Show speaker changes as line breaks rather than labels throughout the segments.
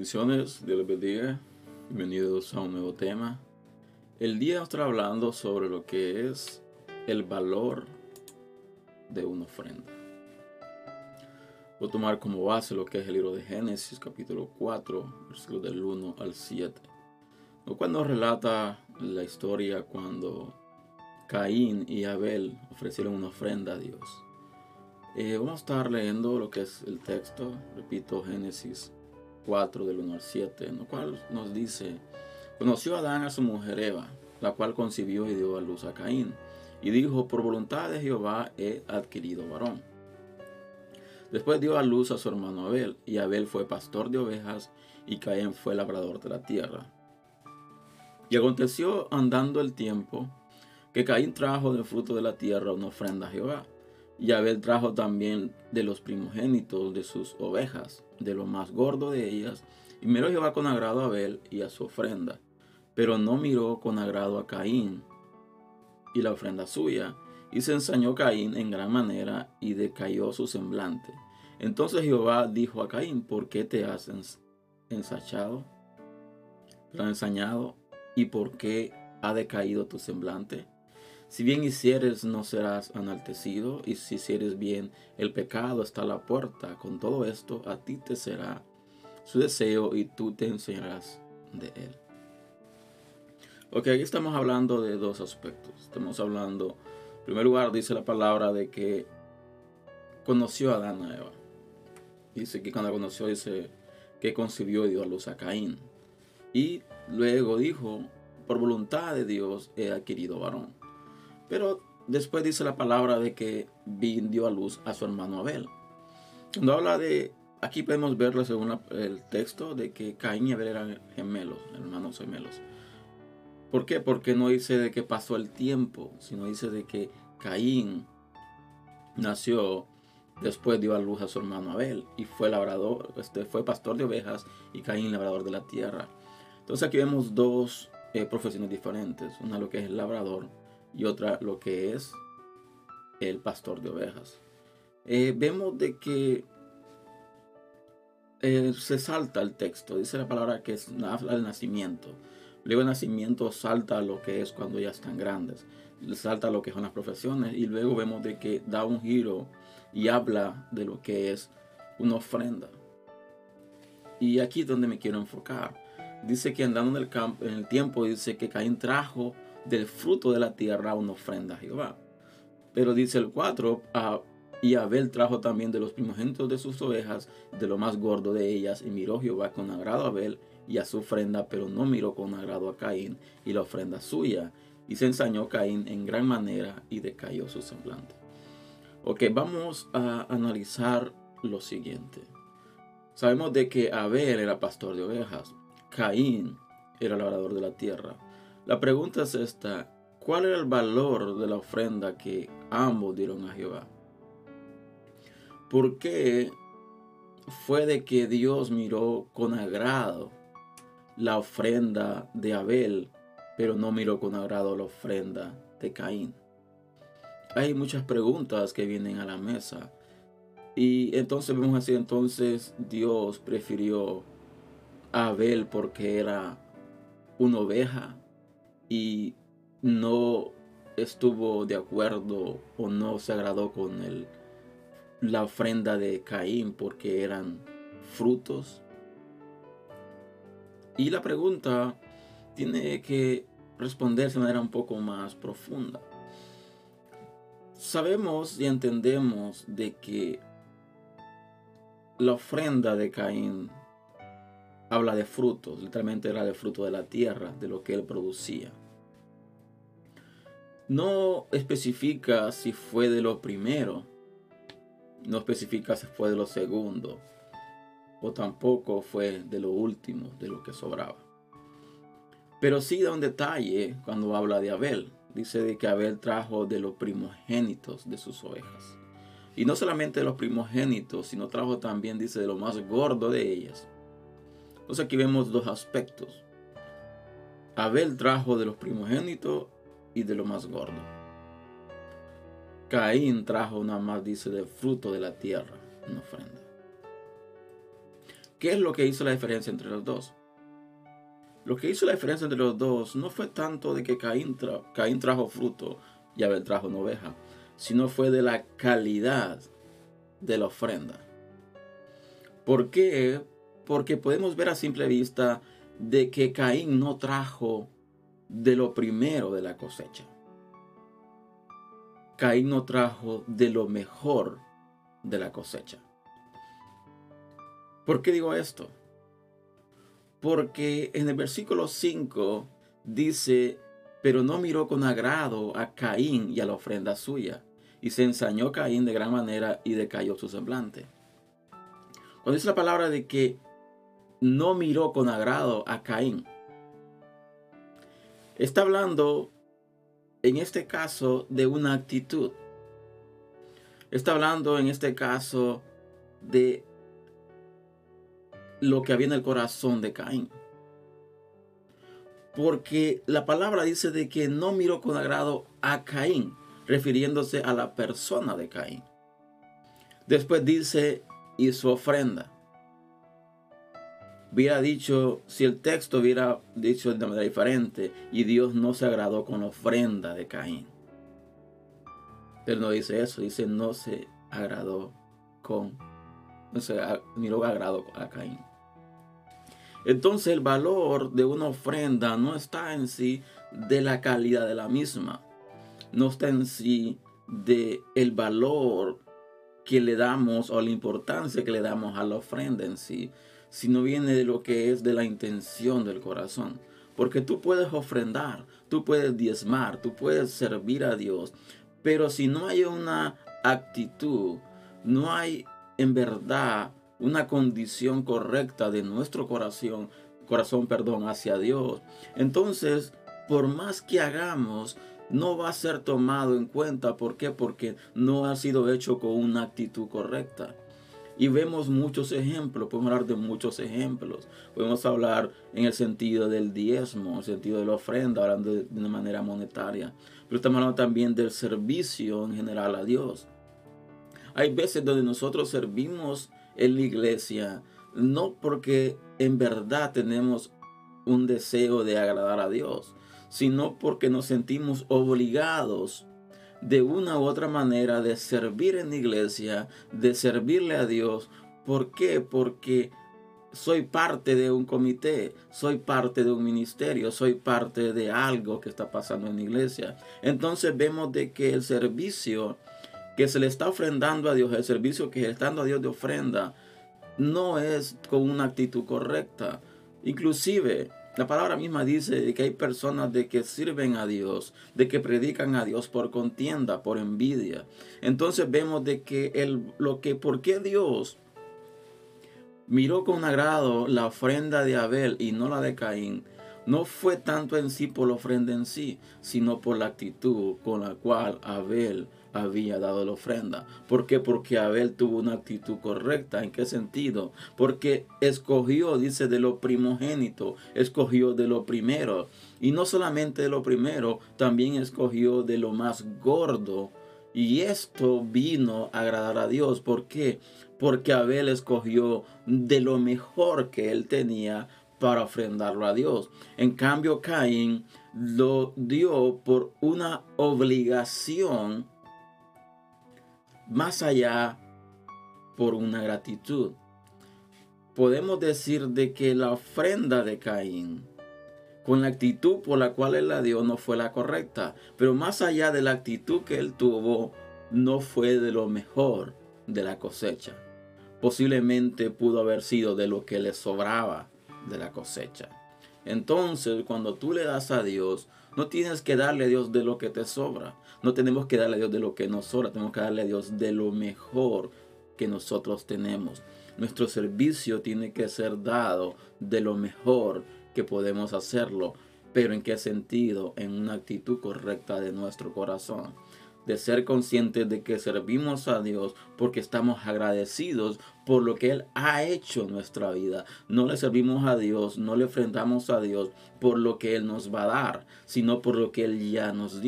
Bendiciones, Dios les bendiga. Bienvenidos a un nuevo tema. El día estará hablando sobre lo que es el valor de una ofrenda. Voy a tomar como base lo que es el libro de Génesis, capítulo 4, versículos del 1 al 7. Cuando relata la historia cuando Caín y Abel ofrecieron una ofrenda a Dios. Vamos a estar leyendo lo que es el texto, repito, Génesis 4 del 1 al 7, en lo cual nos dice: conoció Adán a su mujer Eva, la cual concibió y dio a luz a Caín, y dijo: por voluntad de Jehová he adquirido varón. Después dio a luz a su hermano Abel, y Abel fue pastor de ovejas, y Caín fue labrador de la tierra. Y aconteció, andando el tiempo, que Caín trajo del fruto de la tierra una ofrenda a Jehová. Y Abel trajo también de los primogénitos de sus ovejas, de lo más gordo de ellas. Y miró Jehová con agrado a Abel y a su ofrenda, pero no miró con agrado a Caín y la ofrenda suya. Y se ensañó Caín en gran manera, y decayó su semblante. Entonces Jehová dijo a Caín: ¿por qué te has ensañado? ¿Y por qué ha decaído tu semblante? Si bien hicieres, no serás enaltecido, y si hicieres bien, el pecado está a la puerta. Con todo esto, a ti te será su deseo, y tú te enseñarás de él. Ok, aquí estamos hablando de dos aspectos. Estamos hablando, en primer lugar, dice la palabra de que conoció a Adán y a Eva. Dice que cuando conoció, dice que concibió y dio a luz a Caín. Y luego dijo: por voluntad de Dios he adquirido varón. Pero después dice la palabra de que dio a luz a su hermano Abel. Cuando habla de, aquí podemos verlo según el texto, de que Caín y Abel eran gemelos, hermanos gemelos. ¿Por qué? Porque no dice de que pasó el tiempo, sino dice de que Caín nació, después dio a luz a su hermano Abel, y fue labrador, fue pastor de ovejas, y Caín labrador de la tierra. Entonces aquí vemos dos profesiones diferentes, una lo que es el labrador y otra lo que es el pastor de ovejas. Vemos de que se salta el texto, dice la palabra que habla del nacimiento. Luego el nacimiento salta a lo que es cuando ya están grandes, salta a lo que son las profesiones, y luego vemos de que da un giro y habla de lo que es una ofrenda. Y aquí es donde me quiero enfocar. Dice que andando en el tiempo, dice que Caín trajo del fruto de la tierra una ofrenda a Jehová. Pero dice el 4, y Abel trajo también de los primogénitos de sus ovejas, de lo más gordo de ellas, y miró Jehová con agrado a Abel y a su ofrenda, pero no miró con agrado a Caín y la ofrenda suya. Y se ensañó Caín en gran manera, y decayó su semblante. Ok, vamos a analizar lo siguiente. Sabemos de que Abel era pastor de ovejas, Caín era labrador de la tierra. La pregunta es esta: ¿cuál era el valor de la ofrenda que ambos dieron a Jehová? ¿Por qué fue de que Dios miró con agrado la ofrenda de Abel, pero no miró con agrado la ofrenda de Caín? Hay muchas preguntas que vienen a la mesa. Y entonces vemos así, entonces Dios prefirió a Abel porque era una oveja y no estuvo de acuerdo o no se agradó con la ofrenda de Caín porque eran frutos. Y la pregunta tiene que responderse de manera un poco más profunda. Sabemos y entendemos de que la ofrenda de Caín habla de frutos, literalmente era de fruto de la tierra, de lo que él producía. No especifica si fue de lo primero, no especifica si fue de lo segundo, o tampoco fue de lo último, de lo que sobraba. Pero sí da un detalle cuando habla de Abel. Dice de que Abel trajo de los primogénitos de sus ovejas. Y no solamente de los primogénitos, sino trajo también, dice, de lo más gordo de ellas. Entonces aquí vemos dos aspectos. Abel trajo de los primogénitos y de lo más gordo. Caín trajo nada más, dice, del fruto de la tierra, una ofrenda. ¿Qué es lo que hizo la diferencia entre los dos? Lo que hizo la diferencia entre los dos no fue tanto de que Caín trajo fruto y Abel trajo una oveja, sino fue de la calidad de la ofrenda. ¿Por qué? Porque podemos ver a simple vista de que Caín no trajo de lo primero de la cosecha. Caín no trajo de lo mejor de la cosecha. ¿Por qué digo esto? Porque en el versículo 5 dice, pero no miró con agrado a Caín y a la ofrenda suya, y se ensañó Caín de gran manera y decayó su semblante. Cuando dice la palabra de que no miró con agrado a Caín, está hablando en este caso de una actitud. Está hablando en este caso de lo que había en el corazón de Caín. Porque la palabra dice de que no miró con agrado a Caín, refiriéndose a la persona de Caín. Después dice, y su ofrenda. Hubiera dicho, si el texto hubiera dicho de manera diferente, y Dios no se agradó con la ofrenda de Caín. Pero no dice eso, dice no se agradó con, no se miró agrado a Caín. Entonces el valor de una ofrenda no está en sí de la calidad de la misma. No está en sí de el valor que le damos o la importancia que le damos a la ofrenda en sí, sino viene de lo que es de la intención del corazón. Porque tú puedes ofrendar, tú puedes diezmar, tú puedes servir a Dios, pero si no hay una actitud, no hay en verdad una condición correcta de nuestro corazón hacia Dios, entonces por más que hagamos, no va a ser tomado en cuenta. ¿Por qué? Porque no ha sido hecho con una actitud correcta. Y vemos muchos ejemplos, podemos hablar de muchos ejemplos. Podemos hablar en el sentido del diezmo, en el sentido de la ofrenda, hablando de una manera monetaria. Pero estamos hablando también del servicio en general a Dios. Hay veces donde nosotros servimos en la iglesia, no porque en verdad tenemos un deseo de agradar a Dios, sino porque nos sentimos obligados de una u otra manera de servir en la iglesia, de servirle a Dios. ¿Por qué? Porque soy parte de un comité, soy parte de un ministerio, soy parte de algo que está pasando en la iglesia. Entonces vemos de que el servicio que se le está ofrendando a Dios, el servicio que se le está dando a Dios de ofrenda, no es con una actitud correcta. Inclusive la palabra misma dice que hay personas de que sirven a Dios, de que predican a Dios por contienda, por envidia. Entonces vemos de que ¿por qué Dios miró con agrado la ofrenda de Abel y no la de Caín? No fue tanto en sí por la ofrenda en sí, sino por la actitud con la cual Abel había dado la ofrenda. ¿Por qué? Porque Abel tuvo una actitud correcta. ¿En qué sentido? Porque escogió, dice, de lo primogénito, escogió de lo primero. Y no solamente de lo primero, también escogió de lo más gordo. Y esto vino a agradar a Dios. ¿Por qué? Porque Abel escogió de lo mejor que él tenía para ofrendarlo a Dios. En cambio, Caín lo dio por una obligación, más allá por una gratitud. Podemos decir de que la ofrenda de Caín, con la actitud por la cual él la dio, no fue la correcta. Pero más allá de la actitud que él tuvo, no fue de lo mejor de la cosecha. Posiblemente pudo haber sido de lo que le sobraba de la cosecha. Entonces, cuando tú le das a Dios, no tienes que darle a Dios de lo que te sobra. No tenemos que darle a Dios de lo que nos sobra. Tenemos que darle a Dios de lo mejor que nosotros tenemos. Nuestro servicio tiene que ser dado de lo mejor que podemos hacerlo. ¿Pero en qué sentido? En una actitud correcta de nuestro corazón. De ser conscientes de que servimos a Dios porque estamos agradecidos por lo que Él ha hecho en nuestra vida. No le servimos a Dios, no le ofrendamos a Dios por lo que Él nos va a dar, sino por lo que Él ya nos dio.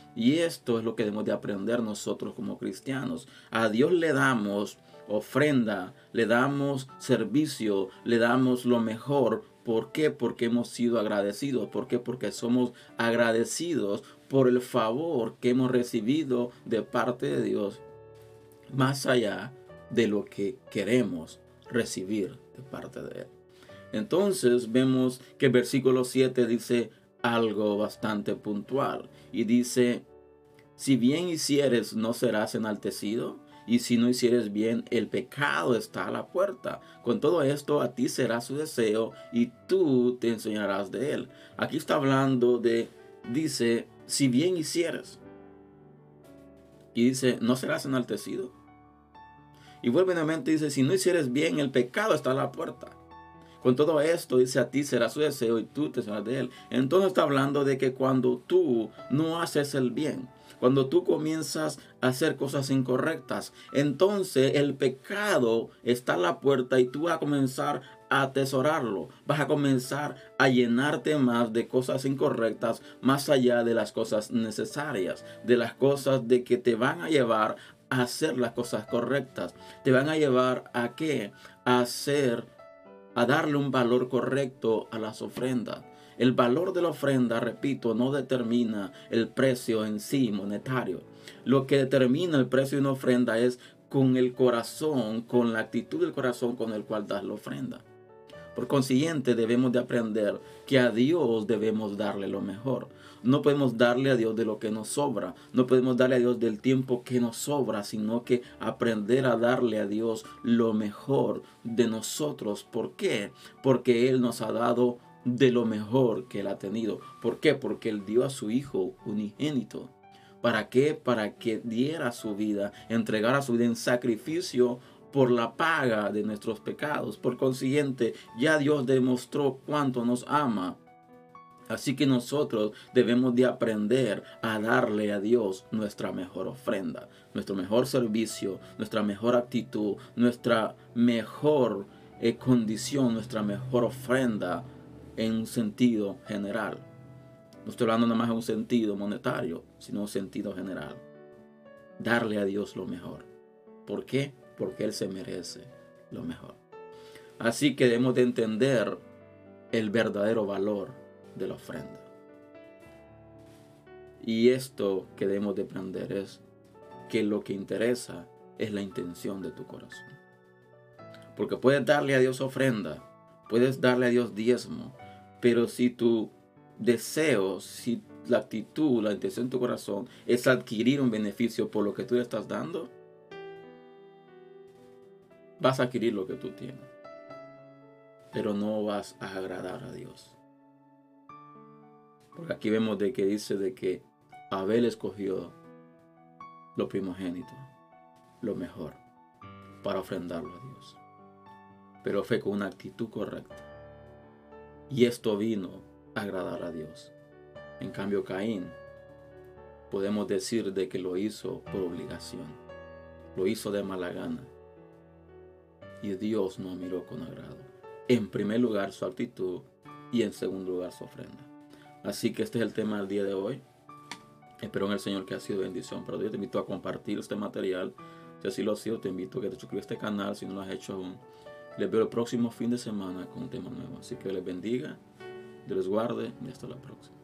Y esto es lo que debemos de aprender nosotros como cristianos. A Dios le damos ofrenda, le damos servicio, le damos lo mejor. ¿Por qué? Porque hemos sido agradecidos. ¿Por qué? Porque somos agradecidos por el favor que hemos recibido de parte de Dios, más allá de lo que queremos recibir de parte de Él. Entonces vemos que el versículo 7 dice algo bastante puntual. Y dice, si bien hicieres, no serás enaltecido. Y si no hicieres bien, el pecado está a la puerta. Con todo esto, a ti será su deseo y tú te enseñarás de él. Aquí está hablando de, dice, si bien hicieres. Y dice, no serás enaltecido. Y vuelve nuevamente, dice, si no hicieres bien, el pecado está a la puerta. Con todo esto, dice, a ti será su deseo y tú te serás de él. Entonces está hablando de que cuando tú no haces el bien, cuando tú comienzas a hacer cosas incorrectas, entonces el pecado está a la puerta y tú vas a comenzar a atesorarlo. Vas a comenzar a llenarte más de cosas incorrectas, más allá de las cosas necesarias, de las cosas de que te van a llevar a hacer las cosas correctas. Te van a llevar a ¿qué? A darle un valor correcto a las ofrendas. El valor de la ofrenda, repito, no determina el precio en sí monetario. Lo que determina el precio de una ofrenda es con el corazón, con la actitud del corazón con el cual das la ofrenda. Por consiguiente, debemos de aprender que a Dios debemos darle lo mejor. No podemos darle a Dios de lo que nos sobra. No podemos darle a Dios del tiempo que nos sobra, sino que aprender a darle a Dios lo mejor de nosotros. ¿Por qué? Porque Él nos ha dado de lo mejor que Él ha tenido. ¿Por qué? Porque Él dio a su Hijo unigénito. ¿Para qué? Para que diera su vida, entregara su vida en sacrificio por la paga de nuestros pecados. Por consiguiente, ya Dios demostró cuánto nos ama. Así que nosotros debemos de aprender a darle a Dios nuestra mejor ofrenda, nuestro mejor servicio, nuestra mejor actitud, nuestra mejor condición, nuestra mejor ofrenda en un sentido general. No estoy hablando nada más en un sentido monetario, sino en un sentido general. Darle a Dios lo mejor. ¿Por qué? Porque Él se merece lo mejor. Así que debemos de entender el verdadero valor de la ofrenda. Y esto que debemos de aprender es que lo que interesa es la intención de tu corazón. Porque puedes darle a Dios ofrenda, puedes darle a Dios diezmo, pero si tu deseo, si la actitud, la intención de tu corazón es adquirir un beneficio por lo que tú le estás dando, vas a adquirir lo que tú tienes, pero no vas a agradar a Dios. Porque aquí vemos de que dice de que Abel escogió lo primogénito, lo mejor, para ofrendarlo a Dios. Pero fue con una actitud correcta. Y esto vino a agradar a Dios. En cambio, Caín, podemos decir de que lo hizo por obligación. Lo hizo de mala gana. Y Dios no miró con agrado. En primer lugar, su actitud y en segundo lugar, su ofrenda. Así que este es el tema del día de hoy. Espero en el Señor que ha sido bendición para Dios. Te invito a compartir este material. Si así lo ha sido, te invito a que te suscribas a este canal si no lo has hecho aún. Les veo el próximo fin de semana con un tema nuevo. Así que les bendiga, Dios les guarde y hasta la próxima.